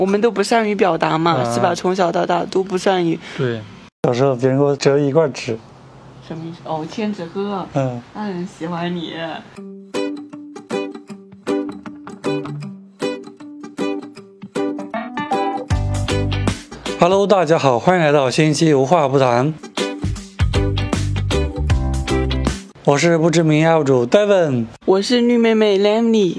我们都不善于表达嘛，是吧？从小到大都不善于。 对，小时候别人给我折一块纸。 什么意思？哦，千纸鹤。那人喜欢你。 Hello， 大家好，欢迎来到新一期无话不谈。我是不知名 UP 主 Devin， 我是绿妹妹 Lemmy。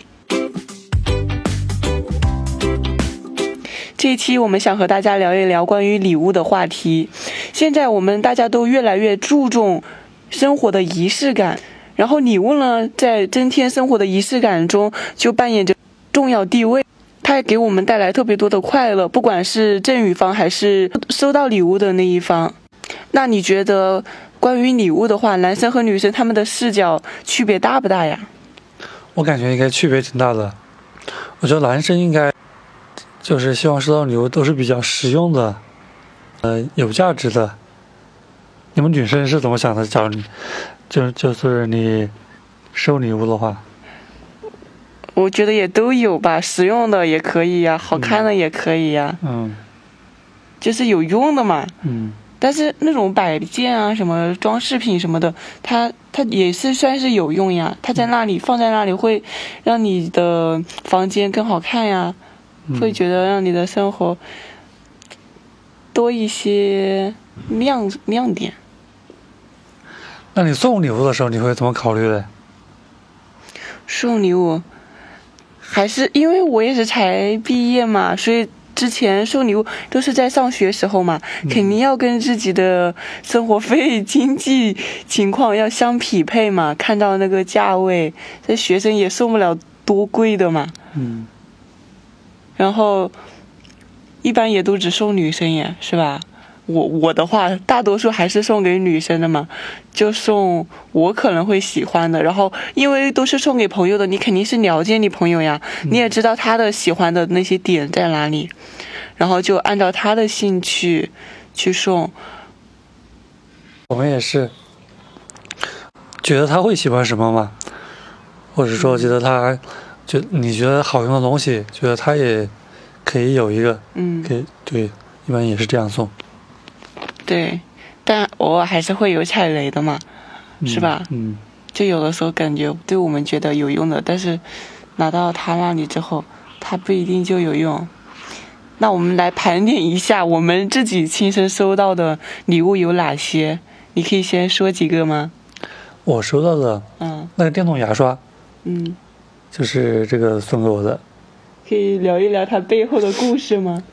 这一期我们想和大家聊一聊关于礼物的话题。现在我们大家都越来越注重生活的仪式感，然后礼物呢，在增添生活的仪式感中就扮演着重要地位。它也给我们带来特别多的快乐，不管是赠予方还是收到礼物的那一方。那你觉得关于礼物的话，男生和女生他们的视角区别大不大呀？ 我感觉应该区别挺大的。我觉得男生应该就是希望收到礼物都是比较实用的，有价值的。你们女生是怎么想的？假如就是你收礼物的话， 我觉得也都有吧，实用的也可以呀，好看的也可以呀，就是有用的嘛，但是那种摆件啊，什么装饰品什么的，它也是算是有用呀，它在那里放在那里会让你的房间更好看呀，会觉得让你的生活多一些亮点。 那你送礼物的时候你会怎么考虑的？ 送礼物还是因为我也是才毕业嘛，所以之前送礼物都是在上学时候嘛，肯定要跟自己的生活费经济情况要相匹配嘛，看到那个价位，这学生也送不了多贵的嘛。然后一般也都只送女生呀，是吧？我的话大多数还是送给女生的嘛，就送我可能会喜欢的，然后因为都是送给朋友的，你肯定是了解你朋友呀，你也知道他的喜欢的那些点在哪里，然后就按照他的兴趣去送。 我们也是觉得他会喜欢什么嘛，或者说觉得他你觉得好用的东西，觉得他也可以有一个，对，一般也是这样送。 对，但偶尔还是会有踩雷的嘛，是吧？就有的时候感觉对我们觉得有用的，但是拿到他那里之后，他不一定就有用。那我们来盘点一下我们自己亲身收到的礼物有哪些，你可以先说几个吗？ 我收到的，那个电动牙刷，就是这个送给我的。 可以聊一聊它背后的故事吗？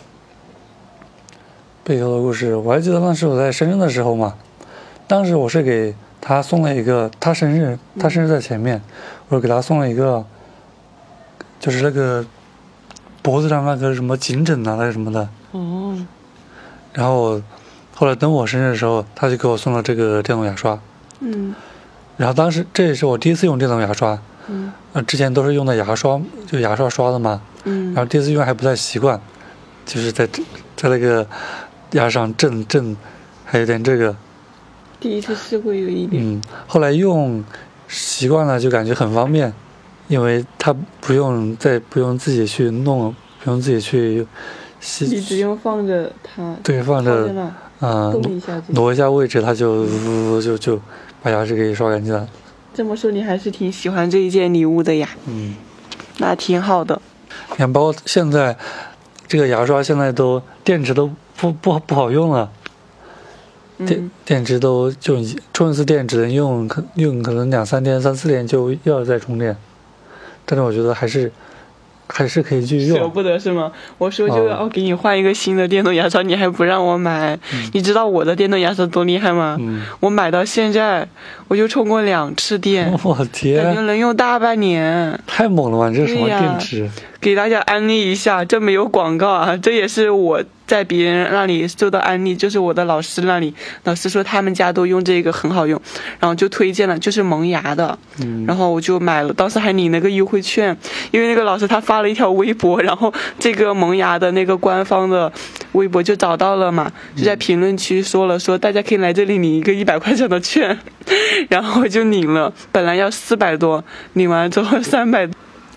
背后的故事，我还记得当时我在深圳的时候嘛，当时我是给他送了一个，他生日在前面，我给他送了一个，就是那个脖子上那个什么颈枕啊，那个什么的。然后后来等我生日的时候，他就给我送了这个电动牙刷。然后当时这也是我第一次用电动牙刷。之前都是用的牙刷，就牙刷刷的嘛。然后第一次用还不太习惯，就是在那个牙上震，还有点这个。 第一次试过有一点。 后来用习惯了，就感觉很方便，因为它不用自己去弄，不用自己去洗。 你只用放着它。 对，放着挪一下位置，它就把牙齿给刷干净了。 这么说你还是挺喜欢这一件礼物的呀。那挺好的。 你看，包括现在这个牙刷现在都电池都不好用了，电池都就充一次电只能用可能2-3天3-4天就又要再充电，但是我觉得还是可以继续用。 舍不得是吗？我说就要给你换一个新的电动牙刷，你还不让我买。你知道我的电动牙刷多厉害吗？我买到现在我就充过2次电， 我天， 感觉能用大半年。 太猛了吧，这是什么电池？ 给大家安利一下，这没有广告啊，这也是我在别人那里受到安利，就是我的老师那里，老师说他们家都用这个很好用，然后就推荐了，就是萌芽的，然后我就买了，当时还领了个优惠券，因为那个老师他发了一条微博，然后这个萌芽的那个官方的微博就找到了嘛，就在评论区说大家可以来这里领一个100块钱的券，然后我就领了，本来要400多，领完之后300多。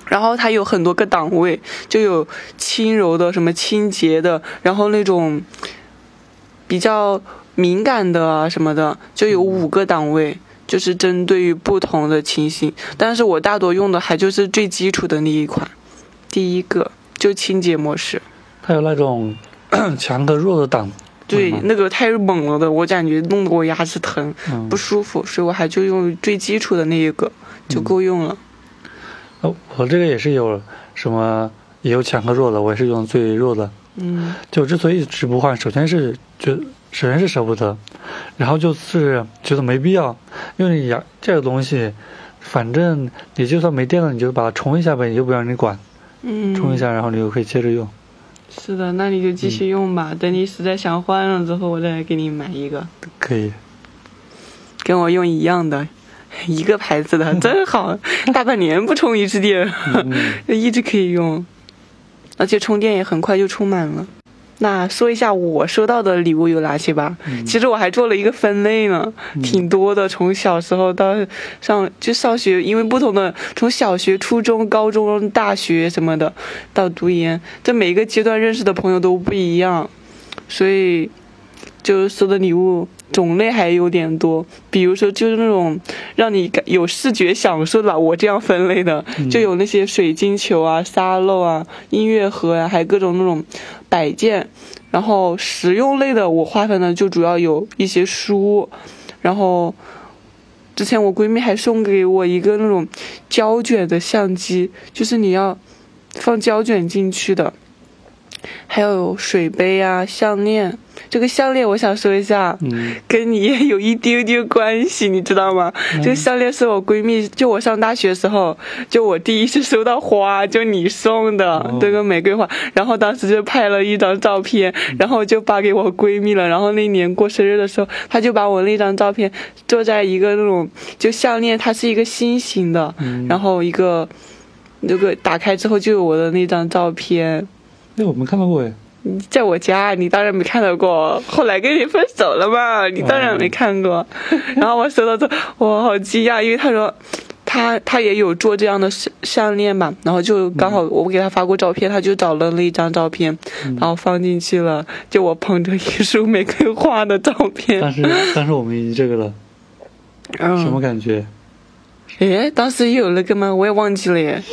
然后它有很多个档位，就有轻柔的、什么清洁的，然后那种比较敏感的啊什么的，就有5个档位，就是针对于不同的情形。但是我大多用的还就是最基础的那一款，第一个就清洁模式。 它有那种强和弱的档。 对，那个太猛了的，我感觉弄得我牙齿疼，不舒服，所以我还就用最基础的那一个就够用了。 我这个也是有什么也有强和弱的，我也是用最弱的。就之所以一直不换，首先是舍不得，然后就是觉得没必要，因为你这个东西，反正你就算没电了，你就把它充一下呗，你就不让你管，充一下，然后你就可以接着用。 是的，那你就继续用吧，等你实在想换了之后，我再给你买一个。 可以， 跟我用一样的，一个牌子的，真好，大半年不充一次电，一直可以用，而且充电也很快就充满了。那说一下我收到的礼物有哪些吧。其实我还做了一个分类呢，挺多的。从小时候到上学，因为不同的，从小学、初中、高中、大学什么的，到读研，这每一个阶段认识的朋友都不一样，所以就收的礼物种类还有点多。比如说就是那种让你有视觉享受的，我这样分类的，就有那些水晶球啊、沙漏啊、音乐盒啊，还有各种那种摆件。然后实用类的我划分的就主要有一些书，然后之前我闺蜜还送给我一个那种胶卷的相机，就是你要放胶卷进去的，还有水杯啊、项链。这个项链我想说一下，跟你也有一丢丢关系，你知道吗？这个项链是我闺蜜，就我上大学的时候，就我第一次收到花，就你送的这个玫瑰花，然后当时就拍了一张照片，然后就发给我闺蜜了。然后那年过生日的时候，她就把我那张照片做在一个那种就项链，它是一个心形的，然后一个那个打开之后就有我的那张照片。 我没看到过哎。 在我家，你当然没看到过。后来跟你分手了嘛，你当然没看过。然后我收到之后，我好惊讶，因为他说他也有做这样的项链嘛，然后就刚好我给他发过照片，他就找了那一张照片，然后放进去了，就我捧着一束玫瑰花的照片。 但是我们已经这个了，什么感觉？ 当时有那个吗？我也忘记了耶。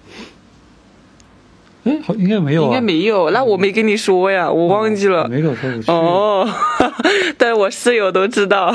应该没有，应该没有。那我没跟你说呀，我忘记了。 没有说我哦，但是我室友都知道。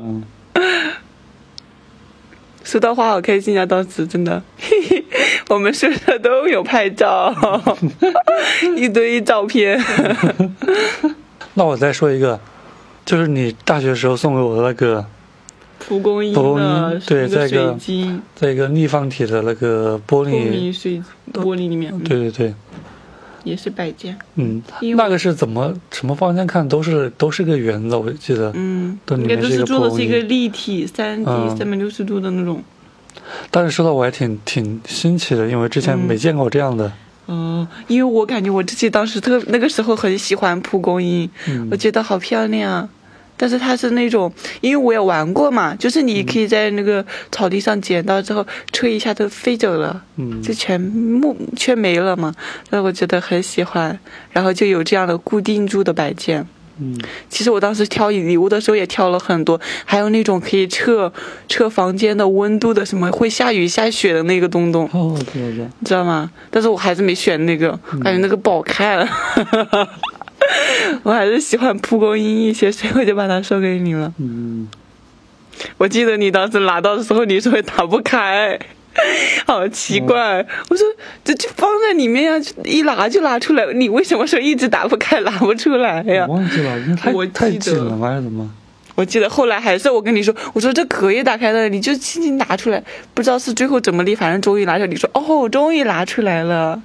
收到花好开心啊！当时真的，我们宿舍都有拍照，一堆照片。 那我再说一个，就是你大学时候送给我的那个蒲公英的， 对，在一个立方体的那个玻璃里面， 对， 也是摆件。 那个是什么方向看都是个圆的，我记得。 应该都是做的是一个立体3D 360度的那种。 但是说到我还挺新奇的，因为之前没见过这样的。 因为我感觉我自己当时那个时候很喜欢蒲公英，我觉得好漂亮啊。但是它是那种，因为我也玩过嘛，就是你可以在那个草地上捡到之后吹一下都飞走了，就全没了嘛。但我觉得很喜欢，然后就有这样的固定住的摆件。其实我当时挑礼物的时候也挑了很多，还有那种可以测房间的温度的，什么会下雨下雪的那个东东。你知道吗？但是我还是没选那个，感觉那个不好看。我还是喜欢蒲公英一些，所以我就把它送给你了。我记得你当时拿到的时候，你说打不开，好奇怪。我说这就放在里面呀，一拿就拿出来。你为什么说一直打不开，拿不出来呀？ 我忘记了，太紧了吗？还是怎么？ 我记得后来还是我跟你说，我说这可以打开的，你就轻轻拿出来。不知道是最后怎么的，反正终于拿出来。你说哦，终于拿出来了。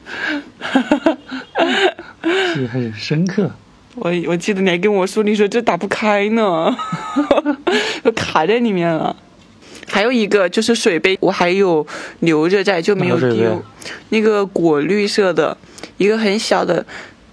是很深刻。 我记得你还跟我说，你说这打不开呢，都卡在里面了。还有一个就是水杯，我还有留着在，就没有丢。那个果绿色的，一个很小的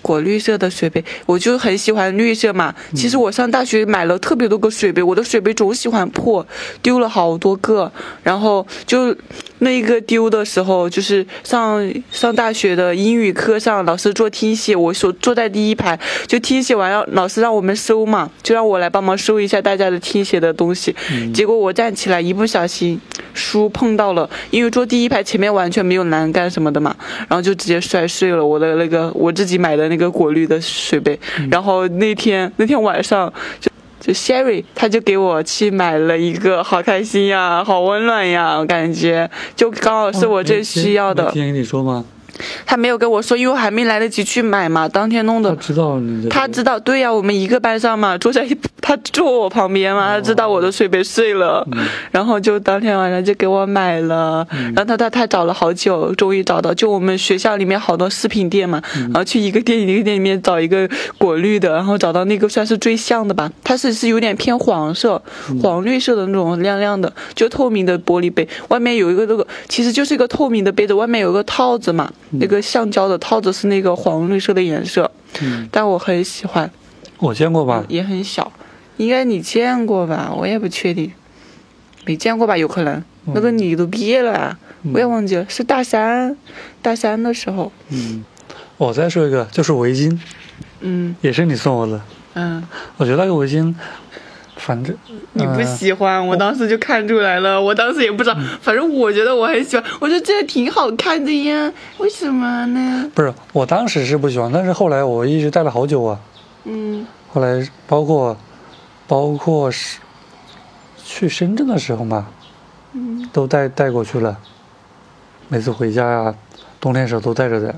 果绿色的水杯，我就很喜欢绿色嘛。其实我上大学买了特别多个水杯，我的水杯总喜欢破，丢了好多个。然后就那一个丢的时候，就是上大学的英语课上，老师做听写，我坐在第一排，就听写完，老师让我们收嘛，就让我来帮忙收一下大家的听写的东西。结果我站起来一不小心书碰到了，因为坐第一排前面完全没有栏杆什么的嘛，然后就直接摔碎了我的那个我自己买的那个果绿的水杯。然后那天晚上就 Sherry 他就给我去买了一个，好开心呀，好温暖呀，我感觉就刚好是我最需要的。 没提前跟你说吗？ 他没有跟我说，因为我还没来得及去买嘛，当天弄的。 他知道你的。 他知道，对呀，我们一个班上嘛，他坐我旁边嘛，他知道我的水杯碎了，然后就当天晚上就给我买了。然后他找了好久，终于找到，就我们学校里面好多饰品店嘛，然后去一个店里面找一个果绿的，然后找到那个算是最像的吧，它是有点偏黄绿色的那种亮亮的，就透明的玻璃杯，外面有一个那个其实就是一个透明的杯子，外面有一个套子嘛。那个橡胶的套子是那个黄绿色的颜色，但我很喜欢。 我见过吧？ 也很小，应该你见过吧？我也不确定，没见过吧？有可能。那个你都毕业了啊，我也忘记了，是大三的时候。 我再说一个，就是围巾，也是你送我的。我觉得那个围巾。反正你不喜欢，我当时就看出来了，我当时也不知道，反正我觉得我很喜欢，我觉得这挺好看的呀，为什么呢？ 不是，我当时是不喜欢，但是后来我一直戴了好久啊。后来包括是去深圳的时候嘛，都带过去了，每次回家呀，冬天时候都带着的。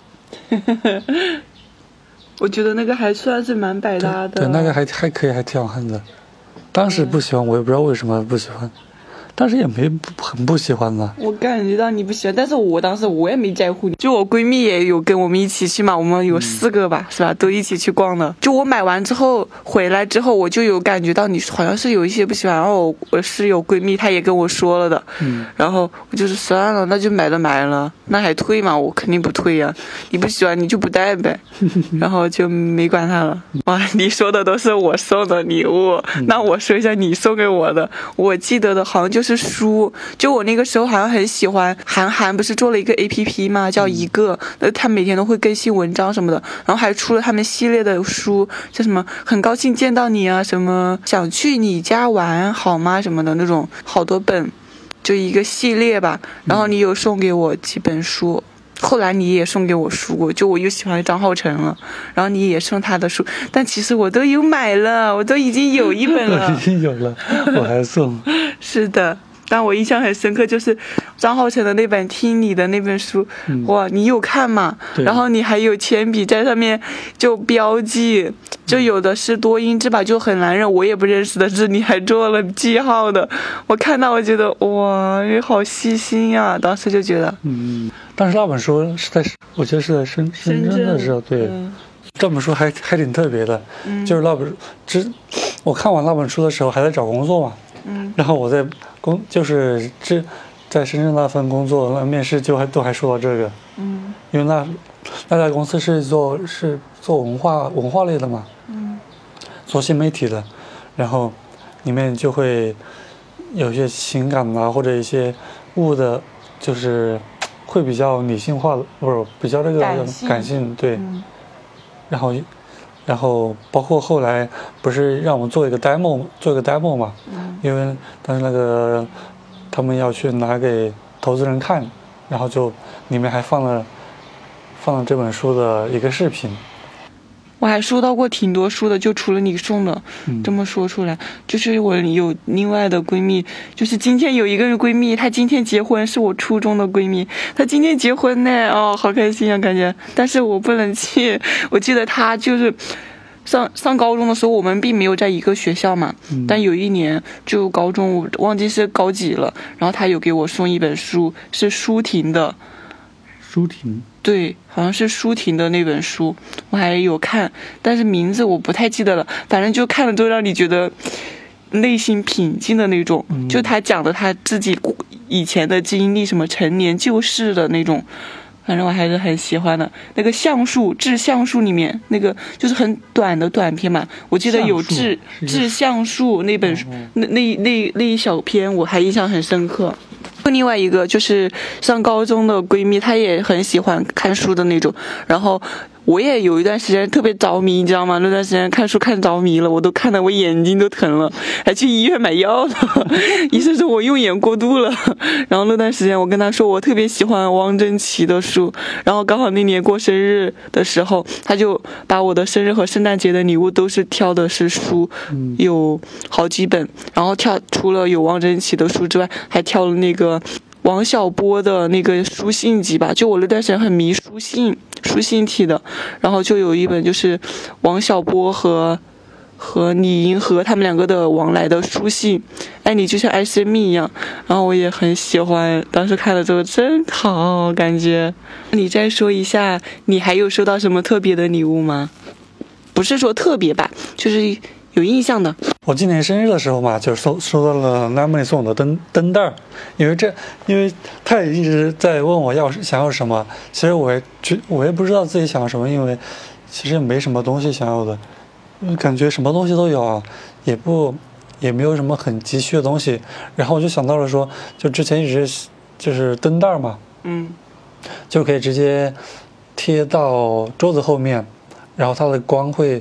我觉得那个还算是蛮百搭的。 对，那个还可以，还挺好看的。当时不喜欢，我也不知道为什么不喜欢，但是也没很不喜欢呢。 我感觉到你不喜欢，但是我当时我也没在乎你。就我闺蜜也有跟我们一起去嘛，我们有4个吧，是吧？都一起去逛的。就我买完之后回来之后，我就有感觉到你好像是有一些不喜欢，然后我室友闺蜜她也跟我说了的，然后我就是算了，那就买了，那还退嘛？我肯定不退呀，你不喜欢你就不带呗，然后就没管她了。哇，你说的都是我送的礼物，那我说一下你送给我的，我记得的好像就是书，就我那个时候好像很喜欢韩寒，不是做了一个 APP 吗？叫一个，他每天都会更新文章什么的，然后还出了他们系列的书，叫什么很高兴见到你啊，什么想去你家玩好吗什么的那种，好多本，就一个系列吧。然后你有送给我几本书。后来你也送给我书过，就我又喜欢张浩晨了，然后你也送他的书，但其实我都有买了，我都已经有一本了。 已经有了，我还送。 是的，但我印象很深刻，就是张浩晨的那本《听你》的那本书，哇，你有看吗？然后你还有铅笔在上面就标记，就有的是多音字吧，就很难认，我也不认识的字，你还做了记号的。我看到我觉得哇，你好细心呀，当时就觉得。 但是那本书是在，我记得是在深圳的时候，对，这本书还挺特别的，就是那本我看完那本书的时候还在找工作嘛，然后我在就是在深圳那份工作面试都还说到这个，因为那家公司是做文化类的嘛，做新媒体的，然后里面就会有些情感啊或者一些物的，就是会比较理性化的，不是比较这个感性，对，然后包括后来不是让我们做一个 demo 嘛，因为当时那个他们要去拿给投资人看，然后就里面还放了这本书的一个视频。 我还收到过挺多书的，就除了你送的，这么说出来，就是我有另外的闺蜜，就是今天有一个闺蜜，她今天结婚，是我初中的闺蜜，她今天结婚呢，哦，好开心啊，感觉，但是我不能去，我记得她就是上高中的时候，我们并没有在一个学校嘛，但有一年就高中，我忘记是高几了，然后她有给我送一本书，是舒婷的。 舒婷， 对，好像是舒婷的那本书，我还有看，但是名字我不太记得了，反正就看了都让你觉得内心平静的那种，就他讲的他自己以前的经历，什么陈年旧事的那种， 反正我还是很喜欢的。那个致橡树里面那个就是很短的短篇嘛，我记得有致橡树那本书，那一小篇我还印象很深刻。另外一个就是上高中的闺蜜，她也很喜欢看书的那种，然后我也有一段时间特别着迷，你知道吗？那段时间看书看着迷了，我都看得我眼睛都疼了，还去医院买药了。医生说我用眼过度了。然后那段时间我跟他说我特别喜欢汪曾祺的书，然后刚好那年过生日的时候，他就把我的生日和圣诞节的礼物都是挑的是书，有好几本，然后除了有汪曾祺的书之外，还挑了那个王小波的那个书信集吧，就我那段时间很迷书信体的，然后就有一本就是王小波和李银河他们两个的往来的书信，爱你就像爱生命一样，然后我也很喜欢，当时看了之后真好感觉。你再说一下，你还有收到什么特别的礼物吗？不是说特别吧，就是有印象的。 我今年生日的时候嘛，就收到了拉妹送我的灯带儿，因为他也一直在问我想要什么，其实我也不知道自己想要什么，因为其实也没什么东西想要的，感觉什么东西都有啊，也没有什么很急需的东西，然后我就想到了说，就之前一直就是灯带儿嘛，就可以直接贴到桌子后面，然后它的光会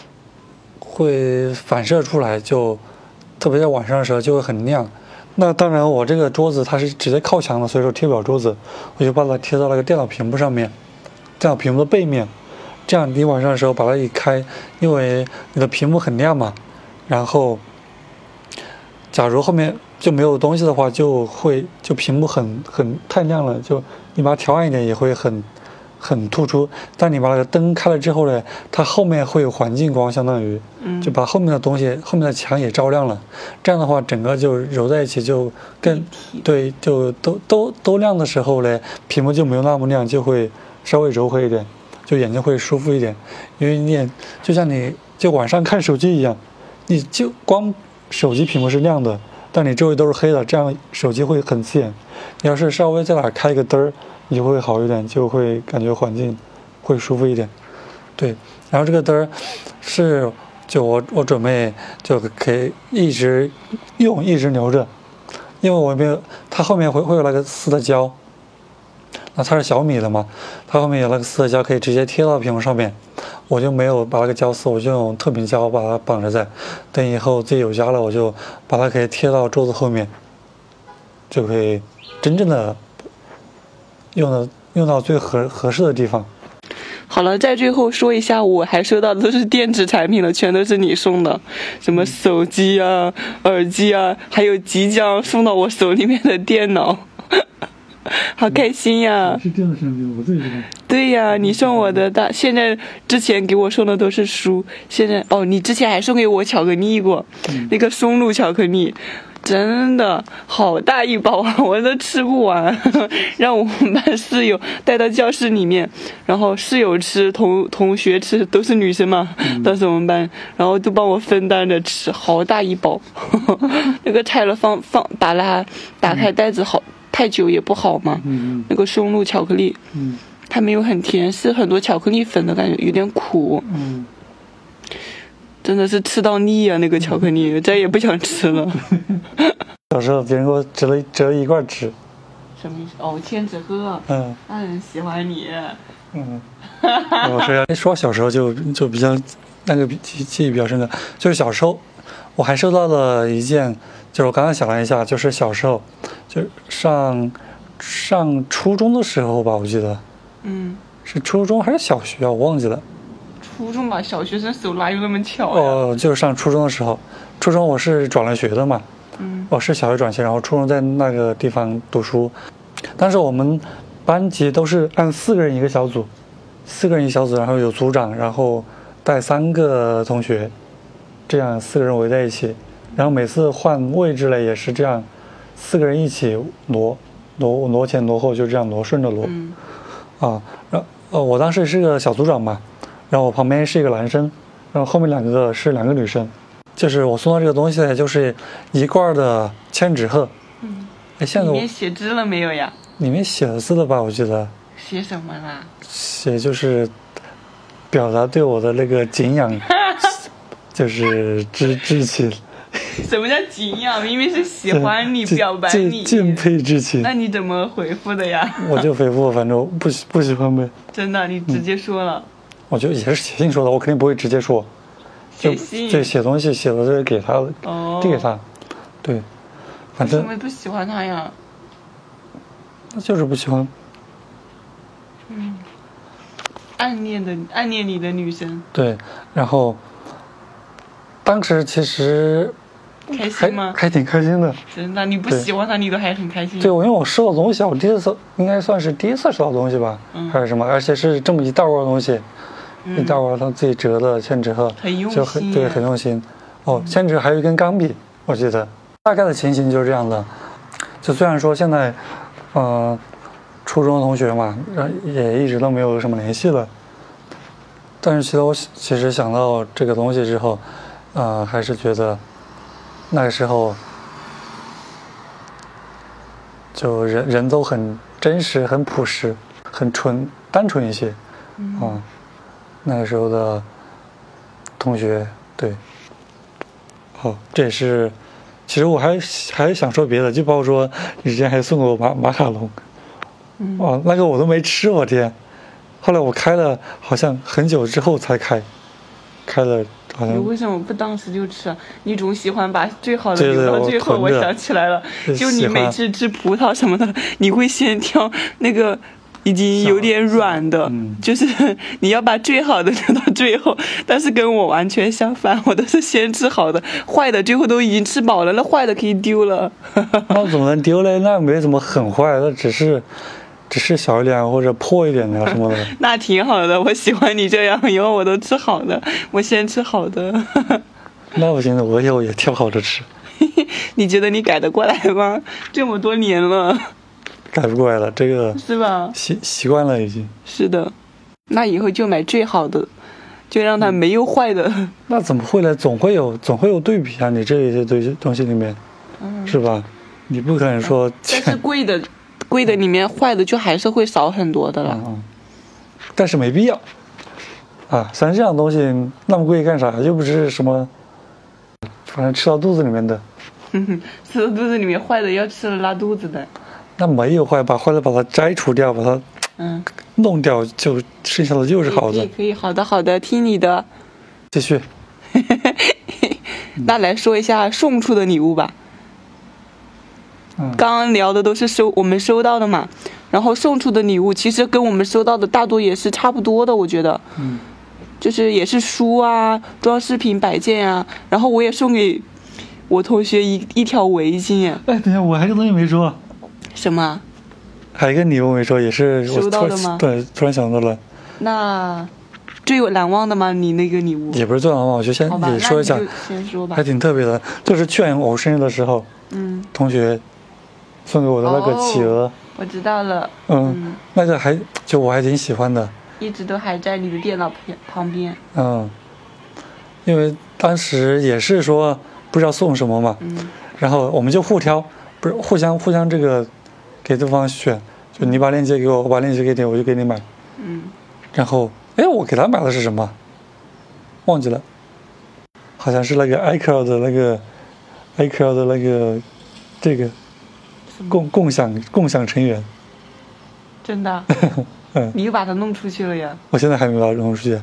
反射出来，就特别在晚上的时候就会很亮。那当然我这个桌子它是直接靠墙的，所以说贴不了桌子，我就把它贴到那个电脑屏幕上面，电脑屏幕的背面，这样你晚上的时候把它一开，因为你的屏幕很亮嘛，然后假如后面就没有东西的话，就屏幕很太亮了，就你把它调暗一点也会很突出。但你把那个灯开了之后呢，它后面会有环境光，相当于就把后面的东西后面的墙也照亮了，这样的话整个就揉在一起就更对，就都亮的时候呢，屏幕就没有那么亮，就会稍微柔和一点，就眼睛会舒服一点。因为你就像你就晚上看手机一样，你就光手机屏幕是亮的，但你周围都是黑的，这样手机会很刺眼。你要是稍微在哪开一个灯儿，你就会好一点，就会感觉环境会舒服一点。对，然后这个灯儿是就我准备就可以一直用一直留着，因为我没有它后面会有那个丝的胶，那它是小米的嘛，它后面有那个丝的胶可以直接贴到屏幕上面，我就没有把那个胶丝，我就用特品胶把它绑着在，等以后自己有家了，我就把它可以贴到桌子后面，就可以真正的用到最合适的地方。 好了，在最后说一下，我还收到的都是电子产品了，全都是你送的，什么手机啊、耳机啊，还有即将送到我手里面的电脑。好开心呀！ 是电子产品，我自己知道。 对呀，你送我的现在之前给我送的都是书，现在你之前还送给我巧克力过，那个松露巧克力，真的好大一包啊，我都吃不完。让我们班室友带到教室里面，然后室友吃，同学吃，都是女生嘛，当时我们班，然后都帮我分担着吃，好大一包。那个拆了把它打开袋子好。太久也不好嘛，那个松露巧克力，它没有很甜，是很多巧克力粉的感觉，有点苦，真的是吃到腻啊！那个巧克力，再也不想吃了。 小时候别人给我折了一罐纸， 什么意思？千纸鹤，那人喜欢你， 我说小时候就比较那个记忆比较深刻，就是小时候我还收到了一件。就是我刚刚想了一下，就是小时候，就上初中的时候吧，我记得，是初中还是小学啊？我忘记了。 初中吧，小学生手哪有那么巧呀？ 就是上初中的时候，初中我是转了学的嘛，我是小学转学，然后初中在那个地方读书。当时我们班级都是按4个人一个小组，4个人一小组，然后有组长，然后带3个同学，这样4个人围在一起。然后每次换位置呢也是这样，4个人一起挪前挪后，就这样顺着挪。我当时是个小组长嘛，然后我旁边是一个男生，然后后面2个是2个女生。就是我送到这个东西呢，就是一罐的千纸鹤。现在里面写字了没有呀？ 里面写了字了吧？我记得写什么啦？ 写就是表达对我的那个敬仰，就是之情。 什么叫敬仰？明明是喜欢你，表白你， 敬佩之情。 那你怎么回复的呀？ 我就回复，反正不喜欢呗。 真的，你直接说了。 我就也是写信说的，我肯定不会直接说。 写信。 对，写东西写了就给他，递给他。对，反正。 为什么不喜欢他呀？ 那就是不喜欢。 暗恋你的女生。 对，然后当时其实开心吗？ 还挺开心的。 真的，你不喜欢他，你都还很开心。 对，因为我收到东西，我应该算是第一次收到东西吧，还是什么，而且是这么一大摞东西，一大摞他自己折的铅纸鹤， 很用心。 对，很用心。哦，铅纸还有一根钢笔，我记得大概的情形就是这样的。就虽然说现在，初中的同学嘛，也一直都没有什么联系了，但是其实想到这个东西之后，还是觉得那个时候就人都很真实、很朴实、很单纯一些，那个时候的同学，对，好，这也是，其实我还想说别的，就包括说你之前还送给我马卡龙，那个我都没吃，我天，后来我开了，好像很久之后才开了。 你为什么不当时就吃啊？你总喜欢把最好的留到最后。我想起来了，就你每次吃葡萄什么的，你会先挑那个已经有点软的，就是你要把最好的留到最后。但是跟我完全相反，我都是先吃好的，坏的最后都已经吃饱了，那坏的可以丢了。 那怎么能丢嘞？那没怎么很坏，那只是小一点或者破一点的什么的。 那挺好的，我喜欢你这样，以后我都吃好的，我先吃好的。 那不行的，我以后也挑好的吃。 你觉得你改得过来吗？这么多年了， 改不过来了，这个是吧？ 习惯了已经。是的，那以后就买最好的，就让它没有坏的。 那怎么会呢？总会有对比啊！你这些东西里面，是吧？你不可能说。 但是贵的里面坏的就还是会少很多的了。 但是没必要啊！像这样东西那么贵干啥？又不是什么，反正吃到肚子里面的。 吃到肚子里面坏的要吃了拉肚子的。 那没有坏，把坏的把它摘除掉，把它弄掉，就剩下的就是好的。 可以，好的，听你的。 继续。 那来说一下送出的礼物吧。刚刚聊的都是我们收到的嘛，然后送出的礼物其实跟我们收到的大多也是差不多的，我觉得，就是也是书啊、装饰品摆件啊，然后我也送给我同学一条围巾。 哎，等一下，我还有个东西没说。 什么？ 还有一个礼物没说，也是收到的吗？ 对，突然想到了。 那最有难忘的吗？你那个礼物？ 也不是最难忘，我就先也说一下， 先说吧。 还挺特别的，就是去年我生日的时候，同学送给我的那个企鹅， 我知道了。 那个我还挺喜欢的， 一直都还在你的电脑旁边。 因为当时也是说不知道送什么嘛，然后我们就互挑，不是互相这个给对方选，就你把链接给我，我把链接给你，我就给你买。然后我给他买的是什么？忘记了，好像是那个 iCloud 的那个这个。共享成员， 真的？你又把它弄出去了呀？ 我现在还没把它弄出去。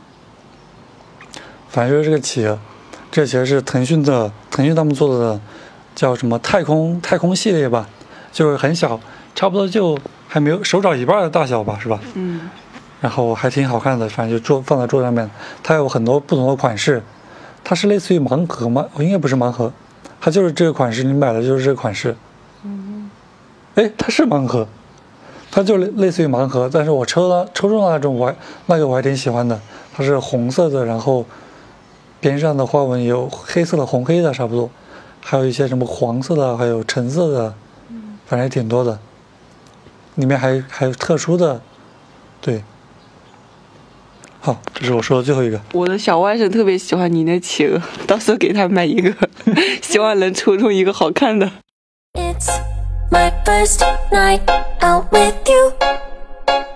反正就是这个企鹅，这企鹅是腾讯他们做的，叫什么太空系列吧，就是很小，差不多就还没有手掌一半的大小吧，是吧？然后还挺好看的，反正就放在桌上面。它有很多不同的款式，它是类似于盲盒吗？应该不是盲盒，它就是这个款式，你买的就是这个款式。它是盲盒，它就类似于盲盒，但是我抽中的那个我还挺喜欢的，它是红色的，然后边上的花纹有黑色的、红黑的差不多，还有一些什么黄色的，还有橙色的，反正也挺多的，里面还有特殊的，对。好，这是我说的最后一个。 我的小外甥特别喜欢你那企鹅，到时候给他买一个，希望能抽中一个好看的。 It's my first night out with you.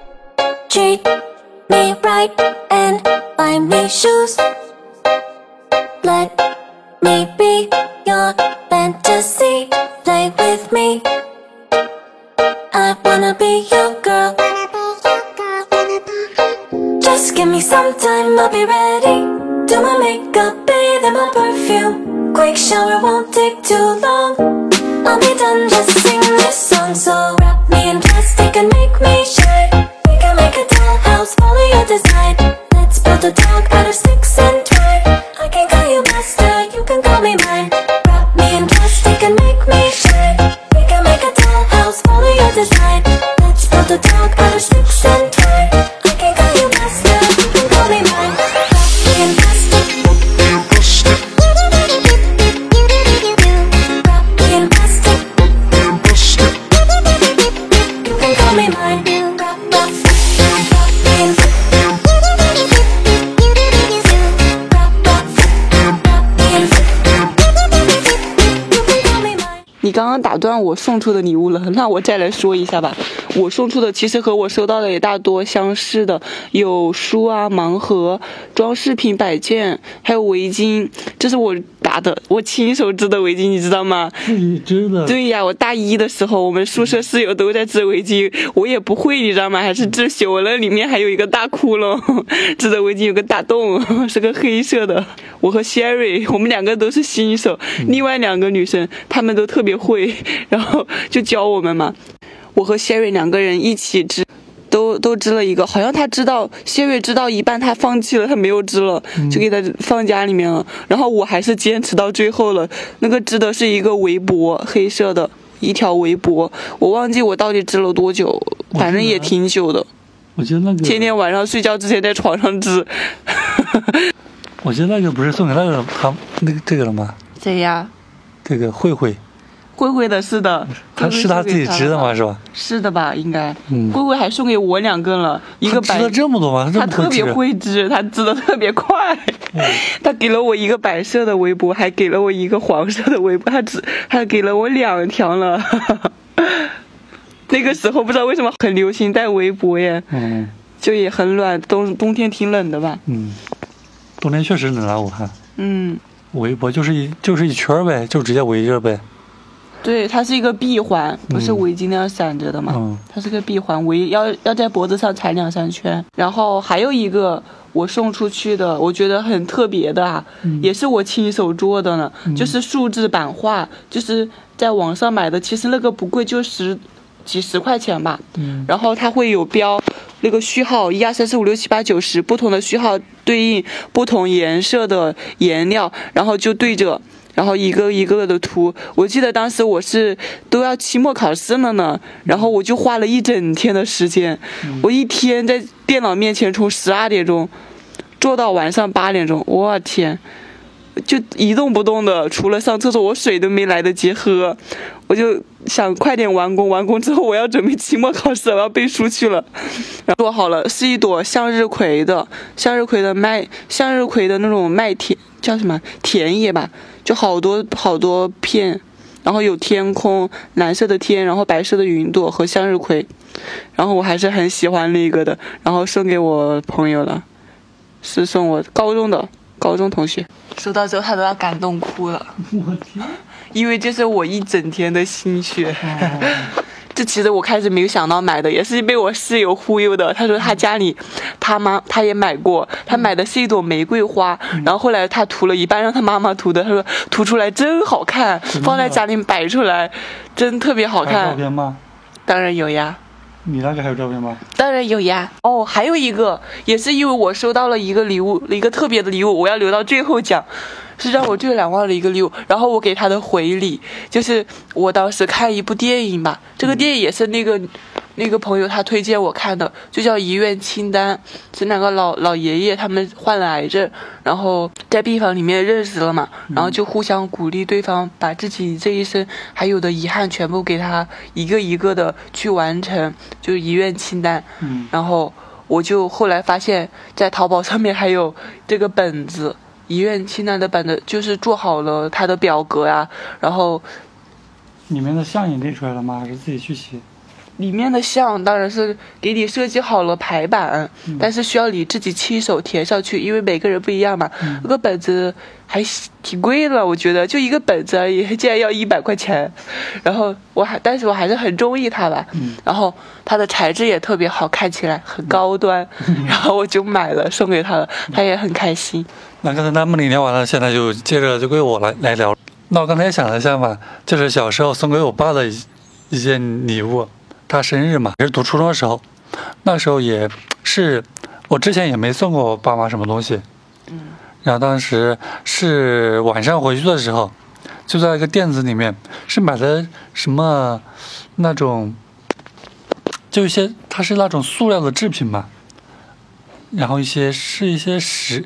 treat me right and buy me shoes. Let me be your fantasy, play with me. I wanna be your girl. Just give me some time, I'll be ready. Do my makeup, bathe in my perfume. Quick shower won't take too long. I'll be done, just sing this song. So wrap me in plastic and make me shine. We can make a dollhouse, follow your design. Let's build a dog out of sticks and twine. I can call you master, you can call me mine. Wrap me in plastic and make me shine. We can make a dollhouse, follow your design. Let's build a dog out of sticks and twine. I can call you master, you can call me mine. Wrap me in plastic. Wrap me in plastic. You can call me mine. Wrap me in. 你刚刚打断我送出的礼物了，那我再来说一下吧。我送出的其实和我收到的也大多相似的，有书啊、盲盒、装饰品摆件，还有围巾。这是我打的，我亲手织的围巾，你知道吗？ 自己织的？ 对呀，我大一的时候，我们宿舍室友都在织围巾，我也不会，你知道吗？还是织朽了，里面还有一个大窟窿，织的围巾有个大洞，是个黑色的。我和 Sherry 我们两个都是新手，另外两个女生她们都特别会，然后就教我们嘛。我和 Sherry 两个人一起织，都织了一个，好像他织到 Sherry 织到一半，他放弃了，他没有织了，就给他放家里面了。然后我还是坚持到最后了。那个织的是一个围脖，黑色的一条围脖，我忘记我到底织了多久，反正也挺久的。 我记得那个天天晚上睡觉之前在床上织。 我记得那个不是送给那个他那个这个了吗？ 谁呀？ 这个慧慧。 慧慧的是的， 他是他自己织的吗？是吧？ 是的吧？应该。慧慧还送给我2个了，一个织了这么多吗？ 他特别会织，他织的特别快。他给了我一个白色的围脖，还给了我一个黄色的围脖，还给了我2条了。那个时候不知道为什么很流行戴围脖耶，就也很暖，冬天挺冷的吧？ 冬天确实冷啊，我看。围脖就是一圈呗，就直接围着呗。 对，它是一个闭环，不是围巾那样散着的嘛。它是个闭环，要在脖子上缠2-3圈。然后还有一个我送出去的，我觉得很特别的啊，也是我亲手做的呢，就是数字版画，就是在网上买的，其实那个不贵，就几十块钱吧。然后它会有标那个序号1、2、3、4、5、6、7、8、9、10，不同的序号对应不同颜色的颜料，然后就对着。然后一个一个的涂，我记得当时我是都要期末考试了呢，然后我就花了一整天的时间，我一天在电脑面前从12点钟做到晚上8点钟，我天，就一动不动的，除了上厕所我水都没来得及喝，我就想快点完工，完工之后我要准备期末考试，我要背书去了。然后做好了，是一朵向日葵的那种麦田，叫什么田野吧，就好多片，然后有天空，蓝色的天，然后白色的云朵和向日葵，然后我还是很喜欢那个的，然后送给我朋友了，是送我高中同学，收到之后他都要感动哭了。 我天！ 因为这是我一整天的心血。这其实我开始没有想到买的，也是被我室友忽悠的。他说他家里他也买过，他买的是一朵玫瑰花，然后后来他涂了一半让他妈妈涂的，他说涂出来真好看，放在家里摆出来真特别好看。 还有照片吗？ 当然有呀。 你那个还有照片吗？ 当然有呀。哦，还有一个也是因为我收到了一个礼物，一个特别的礼物，我要留到最后讲，是让我最难忘的一个礼物。然后我给他的回礼就是我当时看一部电影吧，这个电影也是那个朋友他推荐我看的，就叫《遗愿清单》，是两个老爷爷他们患了癌症，然后在病房里面认识了嘛，然后就互相鼓励对方，把自己这一生还有的遗憾全部给他一个一个的去完成，就是遗愿清单。然后我就后来发现，在淘宝上面还有这个本子，遗愿清单的本子，就是做好了他的表格呀，然后里面的像你列出来了吗？还是自己去写？ 里面的像当然是给你设计好了排版，但是需要你自己亲手填上去，因为每个人不一样嘛。这个本子还挺贵的，我觉得就一个本子而已，竟然要100块钱。然后但是我还是很中意它吧。然后它的材质也特别好，看起来很高端。然后我就买了送给他了，他也很开心。 那刚才那么你聊完了，现在就接着就归我来聊。那我刚才也想了一下嘛，就是小时候送给我爸的一件礼物。他生日嘛，也是读初中的时候，那时候也是我之前也没送过我爸妈什么东西，然后当时是晚上回去的时候，就在一个店子里面，是买的什么那种，就它是那种塑料的制品嘛，然后是一些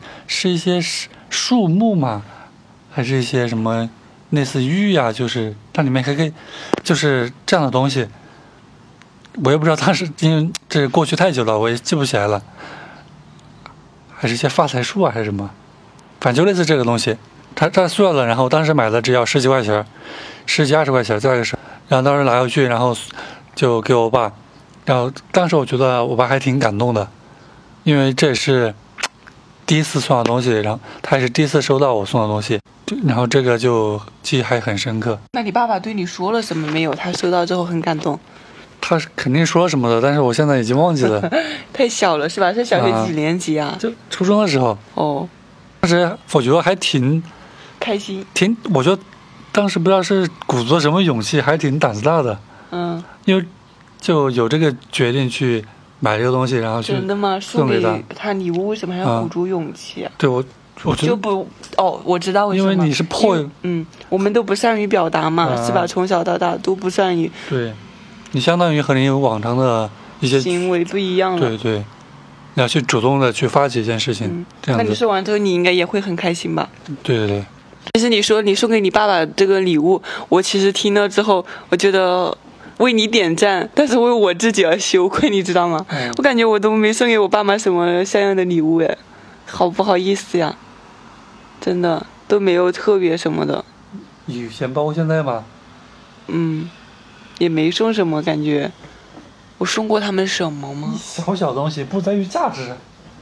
树木嘛，还是一些什么类似玉呀，就是它里面还可以，就是这样的东西。我也不知道它是因为这过去太久了，我也记不起来了，还是一些发财树啊，还是什么，反正就类似这个东西。它塑料的，然后当时买的只要10几块钱，10几20块钱，这个是。然后当时拿回去，然后就给我爸，然后当时我觉得我爸还挺感动的，因为这也是第一次送的东西，然后他也是第一次收到我送的东西，然后这个就记忆还很深刻。 那你爸爸对你说了什么没有？他收到之后很感动。 他肯定说了什么的，但是我现在已经忘记了。 太小了是吧？是小学几年级啊？ 就初中的时候。 哦。 当时我觉得还挺开心。 我觉得当时不知道是鼓足了什么勇气，还挺胆子大的。因为就有这个决定去买这个东西，然后去真的吗？ 送给他礼物为什么还要鼓足勇气？ 对我觉得就不我知道为什么。 因为你是我们都不善于表达嘛，是吧？从小到大都不善于。 对。你相当于和你往常的一些行为不一样了。 对，你要去主动的去发起一件事情，这样子。 那你说完之后，你应该也会很开心吧？ 对。 其实你说你送给你爸爸这个礼物，我其实听了之后，我觉得为你点赞，但是为我自己而羞愧，你知道吗？我感觉我都没送给我爸妈什么像样的礼物哎，好不好意思呀？真的都没有特别什么的。 以前包括现在吗？ 也没送什么，感觉我送过他们什么吗？ 小东西不在于价值。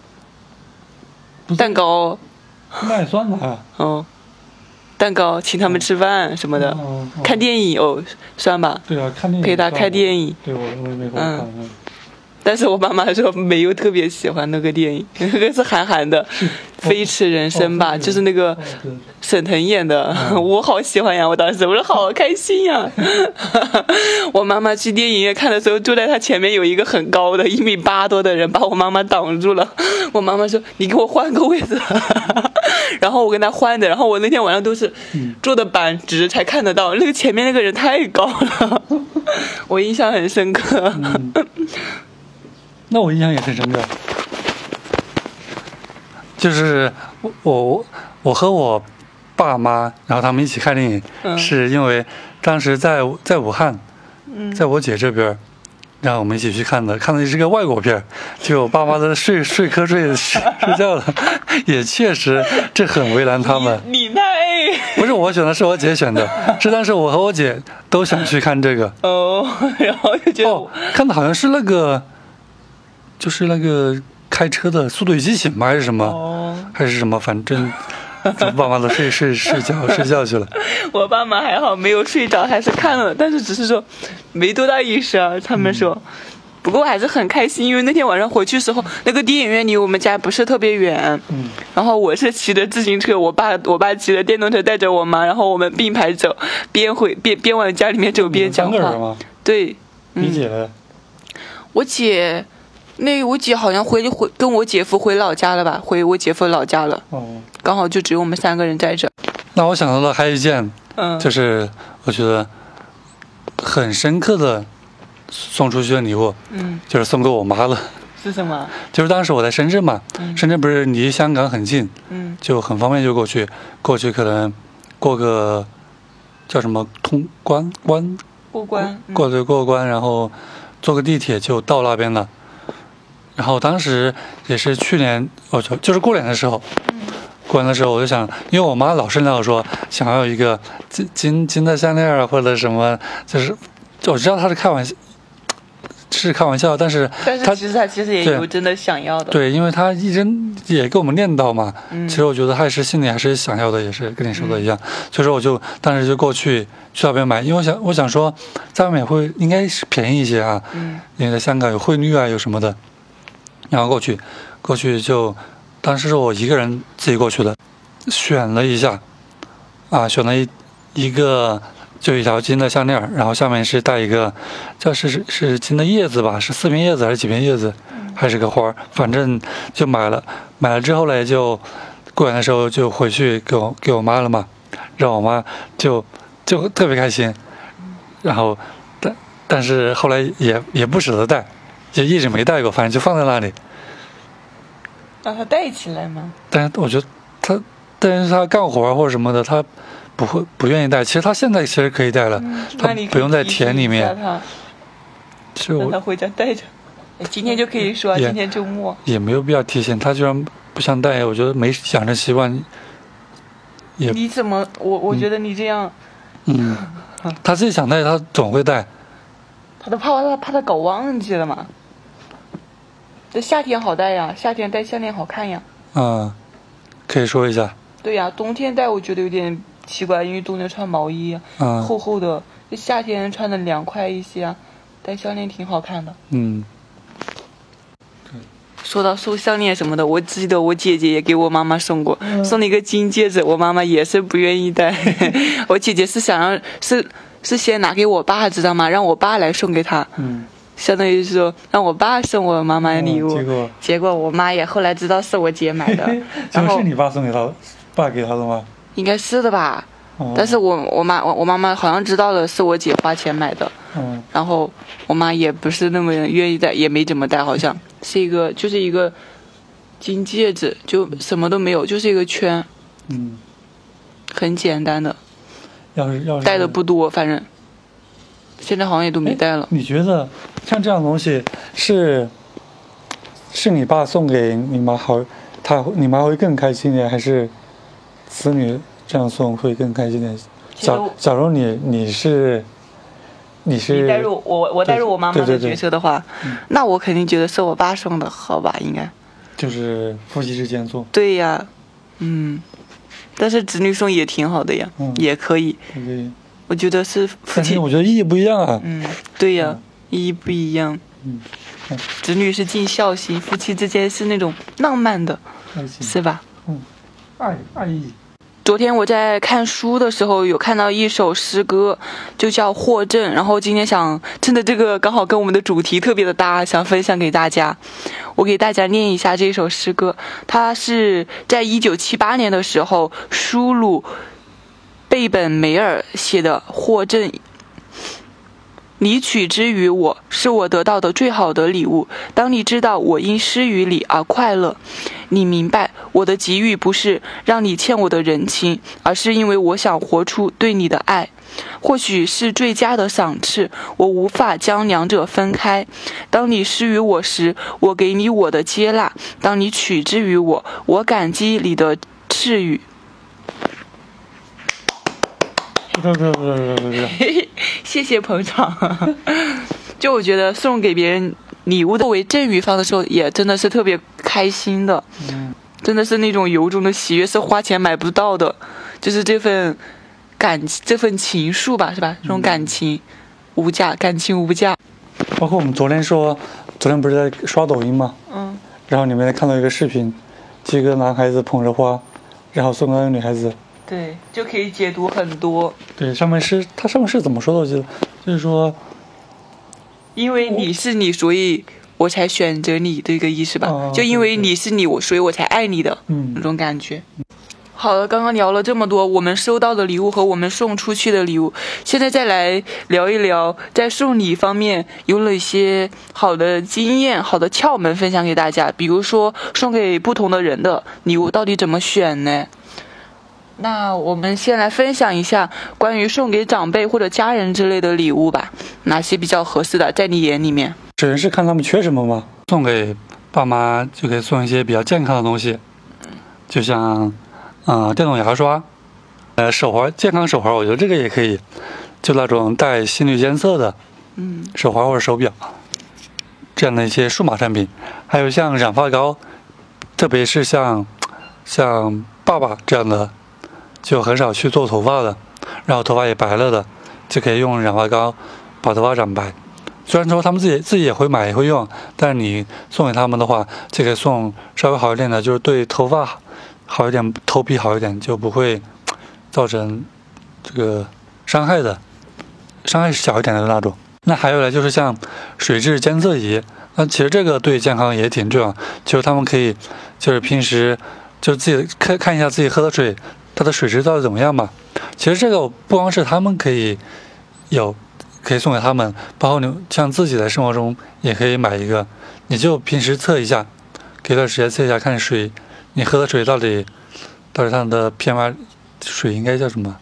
蛋糕。 那也算吧。 蛋糕，请他们吃饭什么的，看电影算吧。 对啊，看电影。 陪他看电影。 对，我也没看。 但是我妈妈说没有特别喜欢那个电影，那个是韩寒的《飞驰人生》吧，就是那个沈腾演的，我好喜欢呀！我当时我说好开心呀！我妈妈去电影院看的时候，坐在她前面有一个很高的1.8米多的人，把我妈妈挡住了。我妈妈说：“你给我换个位置。”然后我跟她换的，然后我那天晚上都是坐的板直才看得到，那个前面那个人太高了，我印象很深刻。 那我印象也很深刻，就是我和我爸妈，然后他们一起看电影，是因为当时在武汉，在我姐这边，然后我们一起去看的是个外国片，就我爸妈都睡瞌睡觉了，也确实这很为难他们。 你太不是我选的，是我姐选的，是当时我和我姐都想去看这个。 然后就觉得看的好像是那个。就是那个开车的《速度与激情》吗？还是什么？还是什么？反正爸妈都睡觉去了。 我爸妈还好，没有睡着，还是看了，但是只是说没多大意思啊。他们说，不过还是很开心，因为那天晚上回去时候，那个电影院离我们家不是特别远。然后我是骑着自行车，我爸骑着电动车带着我妈，然后我们并排走，边往家里面走边讲话。对。 你姐呢？ 我姐好像回跟我姐夫回老家了吧？回我姐夫老家了。刚好就只有我们3个人在这。 那我想到的还有一件，就是我觉得很深刻的送出去的礼物，就是送给我妈了。 是什么？ 就是当时我在深圳嘛，深圳不是离香港很近，就很方便就过去可能过个叫什么过关，然后坐个地铁就到那边了。然后当时也是去年，就是过年的时候，我就想，因为我妈老是跟我说想要一个金的项链或者什么，就是我知道她是开玩笑， 是开玩笑，但是他其实也有真的想要的。 对，因为他一直也跟我们念叨嘛，其实我觉得还是心里还是想要的，也是跟你说的一样，所以说我就当时就过去那边买，因为我想说在外面应该是便宜一些啊，因为在香港有汇率啊，有什么的，然后过去就当时是我一个人自己过去的，选了一下啊，选了一个就一条金的项链，然后下面是带一个这是金的叶子吧，是4片叶子还是几片叶子，还是个花，反正就买了之后呢，就过完的时候就回去给我妈了嘛，让我妈就特别开心，然后但是后来也不舍得带，就一直没带过，反正就放在那里。 让他带起来吗？ 但是我觉得但是他干活或者什么的，他不愿意带。其实他现在其实可以带了，他不用在田里面。 让他回家带着。今天就可以说，今天周末也没有必要提醒他，居然不想带，我觉得没养成习惯。 你怎么？我觉得你这样， 他自己想带，他总会带。 他都怕他搞忘记了嘛。这夏天好戴呀，夏天戴项链好看呀。 可以说一下。 对呀，冬天戴我觉得有点奇怪，因为冬天穿毛衣，厚厚的。这夏天穿的凉快一些啊，戴项链挺好看的。说到送项链什么的，我记得我姐姐也给我妈妈送过，送了一个金戒指，我妈妈也是不愿意戴。我姐姐是想让是先拿给我爸，知道吗？让我爸来送给她。相当于是说让我爸送我妈妈的礼物，结果我妈也后来知道是我姐买的。 然后是你爸送给他，爸给他的吗？ 应该是的吧。但是我妈妈好像知道了是我姐花钱买的。然后我妈也不是那么愿意戴，也没怎么戴，好像是就是一个金戒指，就什么都没有，就是一个圈。很简单的。要是戴的不多，反正。现在好像也都没带了。 你觉得像这样的东西是你爸送给你妈好，你妈会更开心点，还是子女这样送会更开心点？假如你是带入我带入我妈妈的角色的话，那我肯定觉得是我爸送的好吧，应该。 就是夫妻之间送。 对呀，但是子女送也挺好的呀，也可以。我觉得是夫妻， 但是我觉得意义不一样啊。 对呀，意义不一样。子女是尽孝心，夫妻之间是那种浪漫的，是吧？ 爱意。 昨天我在看书的时候有看到一首诗歌，就叫《获证》，然后今天想趁着这个刚好跟我们的主题特别的搭，想分享给大家。我给大家念一下这首诗歌，它是在1978年的时候收录贝本梅尔写的《获证》。你取之于我，是我得到的最好的礼物。当你知道我因施于你而快乐，你明白我的给予不是让你欠我的人情，而是因为我想活出对你的爱。或许是最佳的赏赐，我无法将两者分开。当你施于我时，我给你我的接纳；当你取之于我，我感激你的赐予。谢谢捧场。就我觉得送给别人礼物作为赠与方的时候，也真的是特别开心的，真的是那种由衷的喜悦，是花钱买不到的，就是这份情愫吧，是吧？这种感情无价，感情无价。 包括我们昨天不是在刷抖音吗？然后你们看到一个视频，几个男孩子捧着花，然后送给那个女孩子。 对，就可以解读很多。 对，上面是怎么说的？我记得就是说， 因为你是你，所以我才选择你，这个意思吧？就因为你是你，所以我才爱你的，那种感觉。好了，刚刚聊了这么多我们收到的礼物和我们送出去的礼物，现在再来聊一聊在送礼方面有哪些好的经验、好的窍门分享给大家。比如说送给不同的人的礼物到底怎么选呢？那我们先来分享一下关于送给长辈或者家人之类的礼物吧，哪些比较合适的，在你眼里面？ 只能是看他们缺什么嘛。送给爸妈就可以送一些比较健康的东西，就像电动牙刷，手环，健康手环，我觉得这个也可以，就那种带心率监测的，手环或者手表。 这样的一些数码产品，还有像染发膏，特别是像爸爸这样的，就很少去做头发的，然后头发也白了的，就可以用染发膏把头发染白。虽然说他们自己也会买也会用，但是你送给他们的话，就可以送稍微好一点的，就是对头发好一点，头皮好一点，就不会造成这个伤害小一点的那种。那还有呢，就是像水质监测仪，那其实这个对健康也挺重要，就是他们可以就是平时就自己看一下自己喝的水，它的水质到底怎么样嘛。其实这个不光是他们可以送给他们，包括你像自己的生活中也可以买一个，你就平时测一下，给段时间测一下，看水你喝的水到底它的 PM 水应该叫什么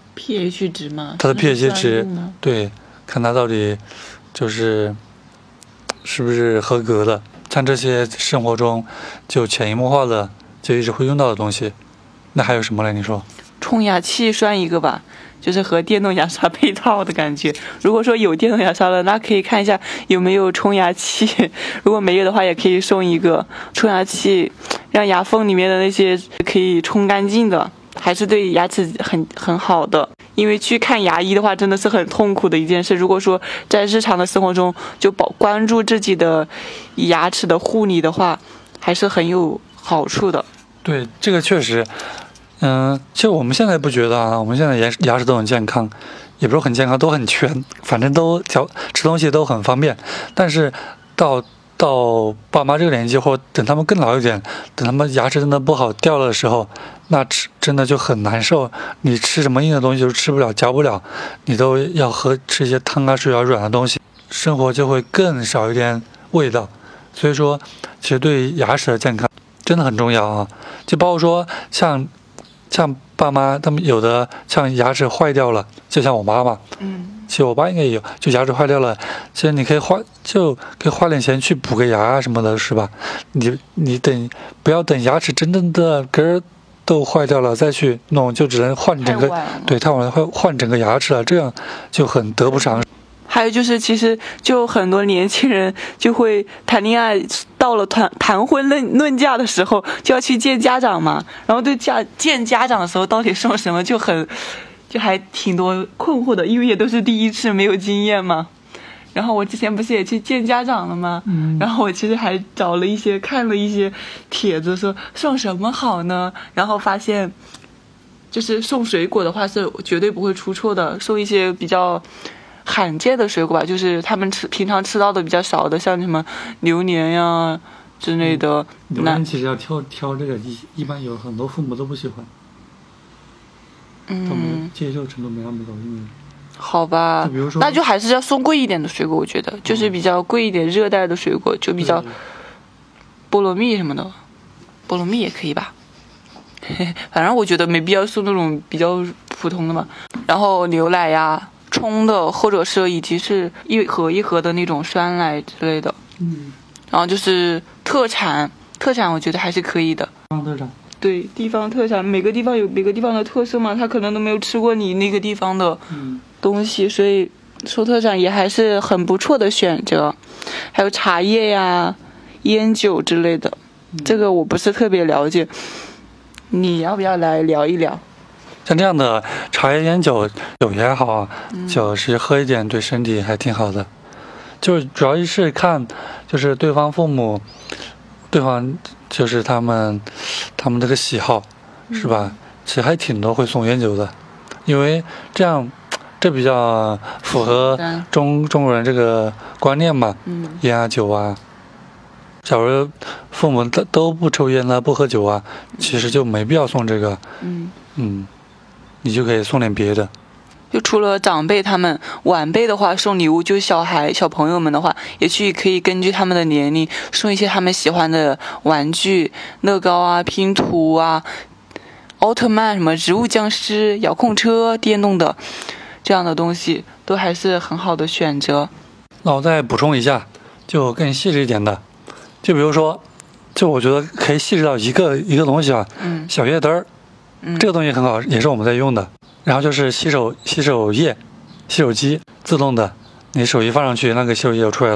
pH 值嘛， 它的 pH 值，对，看它到底就是不是合格的。像这些生活中就潜移默化的就一直会用到的东西。那还有什么呢？你说冲牙器算一个吧，就是和电动牙刷配套的感觉。如果说有电动牙刷了，那可以看一下有没有冲牙器，如果没有的话也可以送一个冲牙器，让牙缝里面的那些可以冲干净的，还是对牙齿很好的。因为去看牙医的话真的是很痛苦的一件事，如果说在日常的生活中就关注自己的牙齿的护理的话，还是很有好处的。 对，这个确实其实我们现在不觉得啊，我们现在牙齿都很健康，也不是很健康，都很全，反正都吃东西都很方便。但是到爸妈这个年纪，或等他们更老一点，等他们牙齿真的不好掉了的时候，那真的就很难受。你吃什么硬的东西都吃不了，嚼不了，你都要吃一些汤啊、水啊、软的东西，生活就会更少一点味道。所以说，其实对牙齿的健康真的很重要啊。就包括说像爸妈他们有的像牙齿坏掉了，就像我妈妈，其实我爸应该也有，就牙齿坏掉了，其实你可以花点钱去补个牙啊什么的，是吧？你不要等牙齿真正的根儿都坏掉了再去弄，就只能换整个，对，太晚了会换整个牙齿了，这样就很得不偿失。 还有就是，其实就很多年轻人就会谈恋爱，到了谈婚论嫁的时候，就要去见家长嘛。然后对见家长的时候，到底送什么就还挺多困惑的，因为也都是第一次，没有经验嘛。然后我之前不是也去见家长了吗？然后我其实还看了一些帖子，说送什么好呢？然后发现，就是送水果的话是绝对不会出错的，送一些比较罕见的水果吧，就是他们平常吃到的比较少的，像什么榴莲呀之类的。 榴莲其实要挑这个，一般有很多父母都不喜欢。他们接受程度没那么高，因为好吧，就比如说，那就还是要送贵一点的水果，我觉得就是比较贵一点热带的水果，就比较菠萝蜜什么的，菠萝蜜也可以吧。反正我觉得没必要送那种比较普通的嘛。然后牛奶呀、冲的，或者是以及是一盒一盒的那种酸奶之类的。然后就是特产我觉得还是可以的。 特产。 对，地方特产，每个地方有每个地方的特色嘛，他可能都没有吃过你那个地方的东西，所以收特产也还是很不错的选择。还有茶叶呀、烟酒之类的，这个我不是特别了解，你要不要来聊一聊？ 像这样的茶叶、烟酒也好啊，酒是喝一点对身体还挺好的。就是主要是看，就是对方父母，对方就是他们这个喜好，是吧？其实还挺多会送烟酒的，因为这比较符合中国人这个观念嘛。烟啊酒啊，假如父母都不抽烟啊不喝酒啊，其实就没必要送这个。你就可以送点别的。 就除了长辈他们，晚辈的话送礼物，就小朋友们的话，也可以根据他们的年龄送一些他们喜欢的玩具，乐高啊、拼图啊、奥特曼什么植物僵尸、遥控车、电动的这样的东西，都还是很好的选择。 那我再补充一下，就更细致一点的，就比如说，就我觉得可以细致到一个东西啊，小夜灯儿，这个东西很好，也是我们在用的。然后就是洗手机自动的，你手机放上去，那个洗手液就出来了，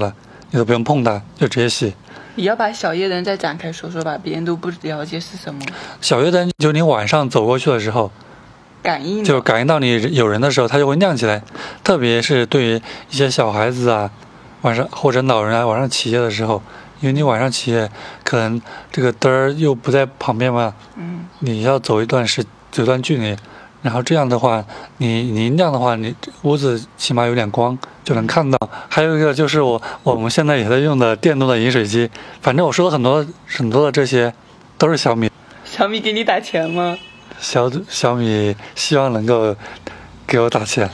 你都不用碰它，就直接洗。 你要把小夜灯再展开说说吧，别人都不了解是什么。 小夜灯就你晚上走过去的时候， 感应就感应到你有人的时候，它就会亮起来。特别是对于一些小孩子啊，晚上或者老人啊，晚上起夜的时候，因为你晚上起夜，可能这个灯儿又不在旁边嘛，你要走一段距离，然后这样的话，你一亮的话，你屋子起码有点光就能看到。还有一个就是我们现在也在用的电动的饮水机，反正我说了很多的这些都是小米。 小米给你打钱吗？ 小米希望能够给我打钱，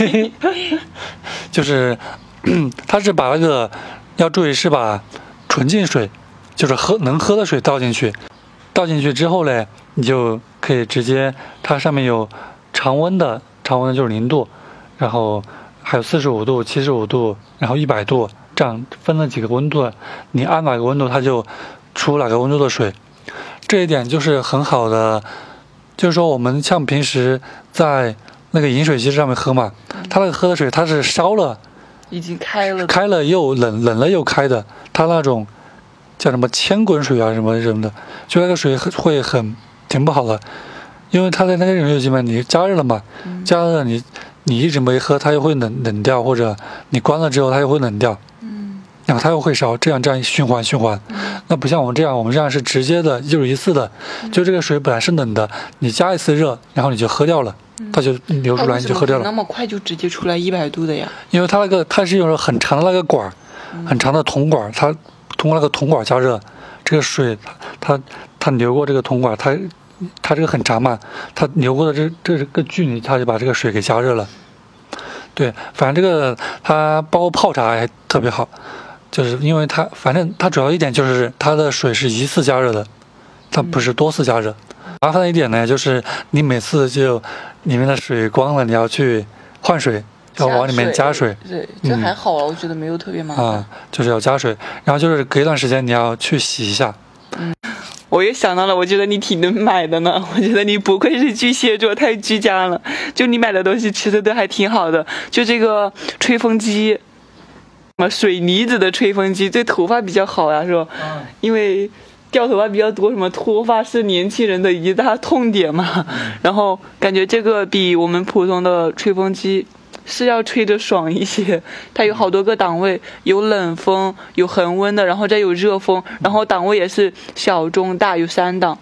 就是它是把那个要注意是把纯净水，就是能喝的水倒进去之后呢，你就可以直接，它上面有常温的就是0度，然后还有45度、75度，然后100度，这样分了几个温度，你按哪个温度它就出哪个温度的水，这一点就是很好的。就是说我们像平时在那个饮水机上面喝嘛，它那个喝的水它是烧了， 已经开了又冷了又开的，它那种叫什么千滚水啊什么的，就那个水会挺不好的，因为它在那个饮水机嘛，你加热了嘛，加热了你一直没喝，它又会冷掉，或者你关了之后它又会冷掉，然后它又会烧，这样循环，那不像我们这样是直接的，就是一次的，就这个水本来是冷的，你加一次热，然后你就喝掉了，它就流出来，你就喝掉了。 那么快就直接出来100度的呀？ 因为它是用了很长的那个管，很长的铜管，它通过那个铜管加热，这个水它流过这个铜管，它这个很长嘛，它流过的这个距离，它就把这个水给加热了。对，反正这个它包括泡茶还特别好。就是因为反正它主要一点就是它的水是一次加热的，它不是多次加热。麻烦的一点呢，就是你每次就里面的水光了，你要去换水，要往里面加水。 对，这还好啊，我觉得没有特别麻烦。 就是要加水，然后就是隔一段时间你要去洗一下。 我也想到了，我觉得你挺能买的呢。我觉得你不愧是巨蟹座，太居家了。就你买的东西其实都还挺好的，就这个吹风机。水泥子的吹风机对头发比较好呀，是吧？因为掉头发比较多，什么脱发是年轻人的一大痛点嘛。然后感觉这个比我们普通的吹风机是要吹着爽一些，它有好多个档位，有冷风，有恒温的，然后再有热风，然后档位也是小中大，有3档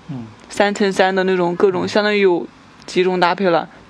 ，3×3的那种各种，相当于有几种搭配了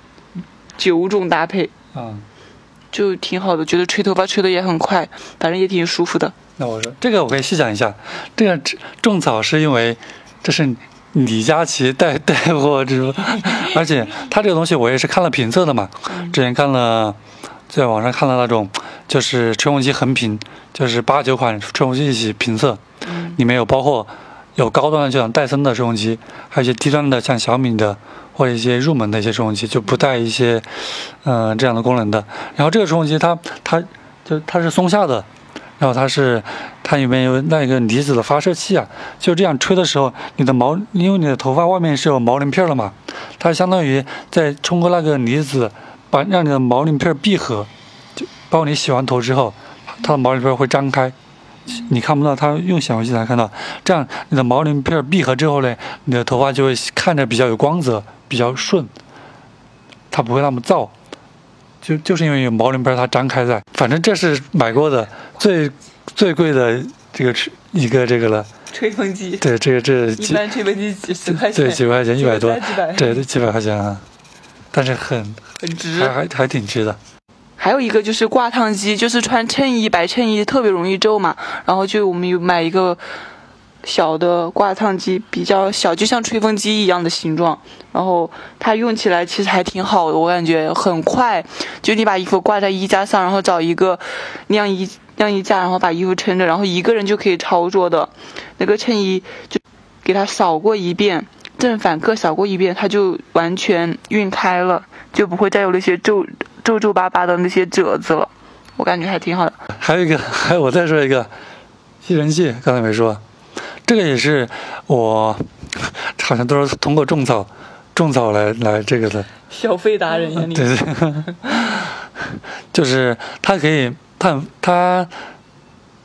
，9种搭配。就挺好的，觉得吹头发吹的也很快，反正也挺舒服的。 那我说这个我可以细讲一下，这个种草是因为这是李佳琦带货之说，而且他这个东西我也是看了评测的嘛，之前在网上看了那种就是吹风机横评，就是8、9款吹风机一起评测，里面包括有高端的就像戴森的吹风机，还有一些低端的像小米的。或者一些入门的一些吹风机就不带一些这样的功能的。然后这个吹风机它是松下的，然后它里面有那个离子的发射器啊，就这样吹的时候，因为你的头发外面是有毛鳞片的嘛，它相当于在通过那个离子让你的毛鳞片闭合，就包括你洗完头之后，它的毛鳞片会张开。你看不到，它用显微镜才看到。这样你的毛鳞片闭合之后呢，你的头发就会看着比较有光泽，比较顺，它不会那么燥。就是因为有毛鳞片它张开在，反正这是买过的最贵的这个了。 吹风机。 对，这一般吹风机几十块钱。 对，几块钱100多。对，700块钱啊，但是很值， 还挺值的。 还有一个就是挂烫机，就是穿衬衣白衬衣特别容易皱嘛，然后我们有买一个小的挂烫机，比较小，就像吹风机一样的形状，然后它用起来其实还挺好的，我感觉很快，就你把衣服挂在衣架上，然后找一个晾衣架，然后把衣服撑着，然后一个人就可以操作的。那个衬衣就给它扫过一遍，正反各扫过一遍，它就完全熨开了，就不会再有那些皱巴巴的那些褶子了，我感觉还挺好的。 还有我再说一个吸尘器，刚才没说，这个也是我好像都是通过种草来这个的。 消费达人呀你。 对，就是它可以它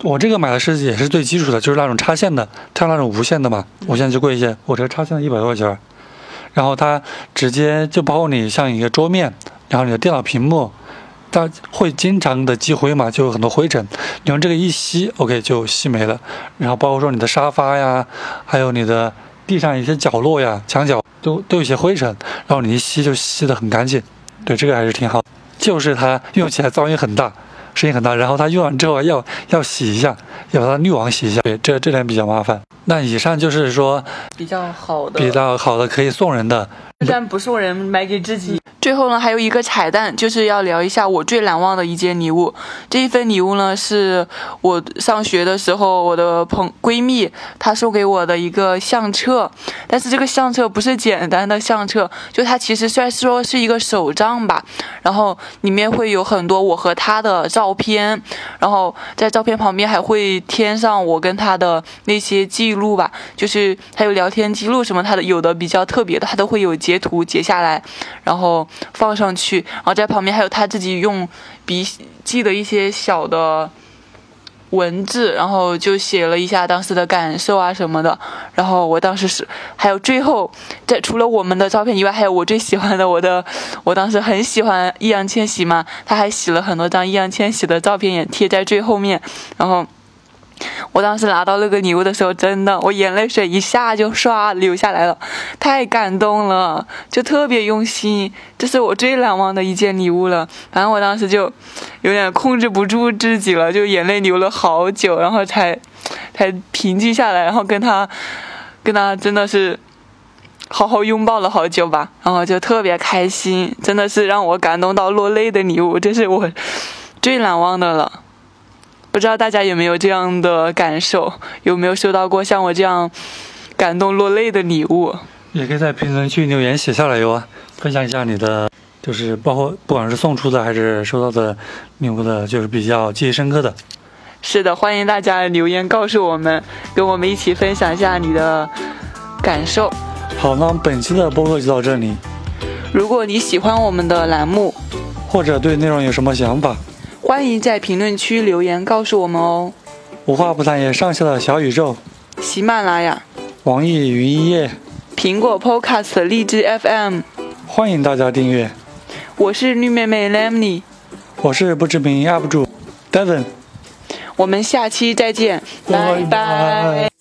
我这个买的是也是最基础的，就是那种插线的，它那种无线的嘛，无线就贵一些。我这个插线的100多块钱，然后它直接就包括你像一个桌面，然后你的电脑屏幕，它会经常的积灰嘛，就有很多灰尘，你用这个一吸 ，OK 就吸没了。然后包括说你的沙发呀，还有你的地上一些角落呀、墙角都有一些灰尘，然后你一吸就吸得很干净。对，这个还是挺好，就是它用起来噪音很大。声音很大，然后它用完之后要洗一下，要把它滤网洗一下，对，这点比较麻烦。那以上就是说比较好的可以送人的， 但不送人，买给自己。最后呢，还有一个彩蛋，就是要聊一下我最难忘的一件礼物。这一份礼物呢，是我上学的时候，我的闺蜜她送给我的一个相册。但是这个相册不是简单的相册，就它其实虽然说是一个手账吧，然后里面会有很多我和她的照片，然后在照片旁边还会添上我跟她的那些记录吧，就是还有聊天记录什么，她的有的比较特别的，她都会有截图截下来，然后放上去，然后在旁边还有他自己用笔记的一些小的文字，然后就写了一下当时的感受啊什么的。然后我当时是还有最后除了我们的照片以外，还有我最喜欢的我当时很喜欢易烊千玺嘛，他还洗了很多张易烊千玺的照片也贴在最后面。然后我当时拿到那个礼物的时候，真的我眼泪水一下就唰流下来了，太感动了，就特别用心，这是我最难忘的一件礼物了。反正我当时就有点控制不住自己了，就眼泪流了好久，然后才平静下来，然后跟他真的是好好拥抱了好久吧，然后就特别开心，真的是让我感动到落泪的礼物，这是我最难忘的了。不知道大家有没有这样的感受，有没有收到过像我这样感动落泪的礼物？ 也可以在评论区留言写下来哟，分享一下你的，就是包括不管是送出的还是收到的礼物的，就是比较记忆深刻的。 是的，欢迎大家留言告诉我们，跟我们一起分享一下你的感受。 好，那本期的播客就到这里。 如果你喜欢我们的栏目， 或者对内容有什么想法， 欢迎在评论区留言告诉我们哦。 无话不谈也上线了小宇宙、 喜马拉雅、 网易云音乐、 苹果 Podcast、荔枝 FM， 欢迎大家订阅。 我是绿妹妹 Lemny， 我是不知名UP主 Devin， 我们下期再见，拜拜。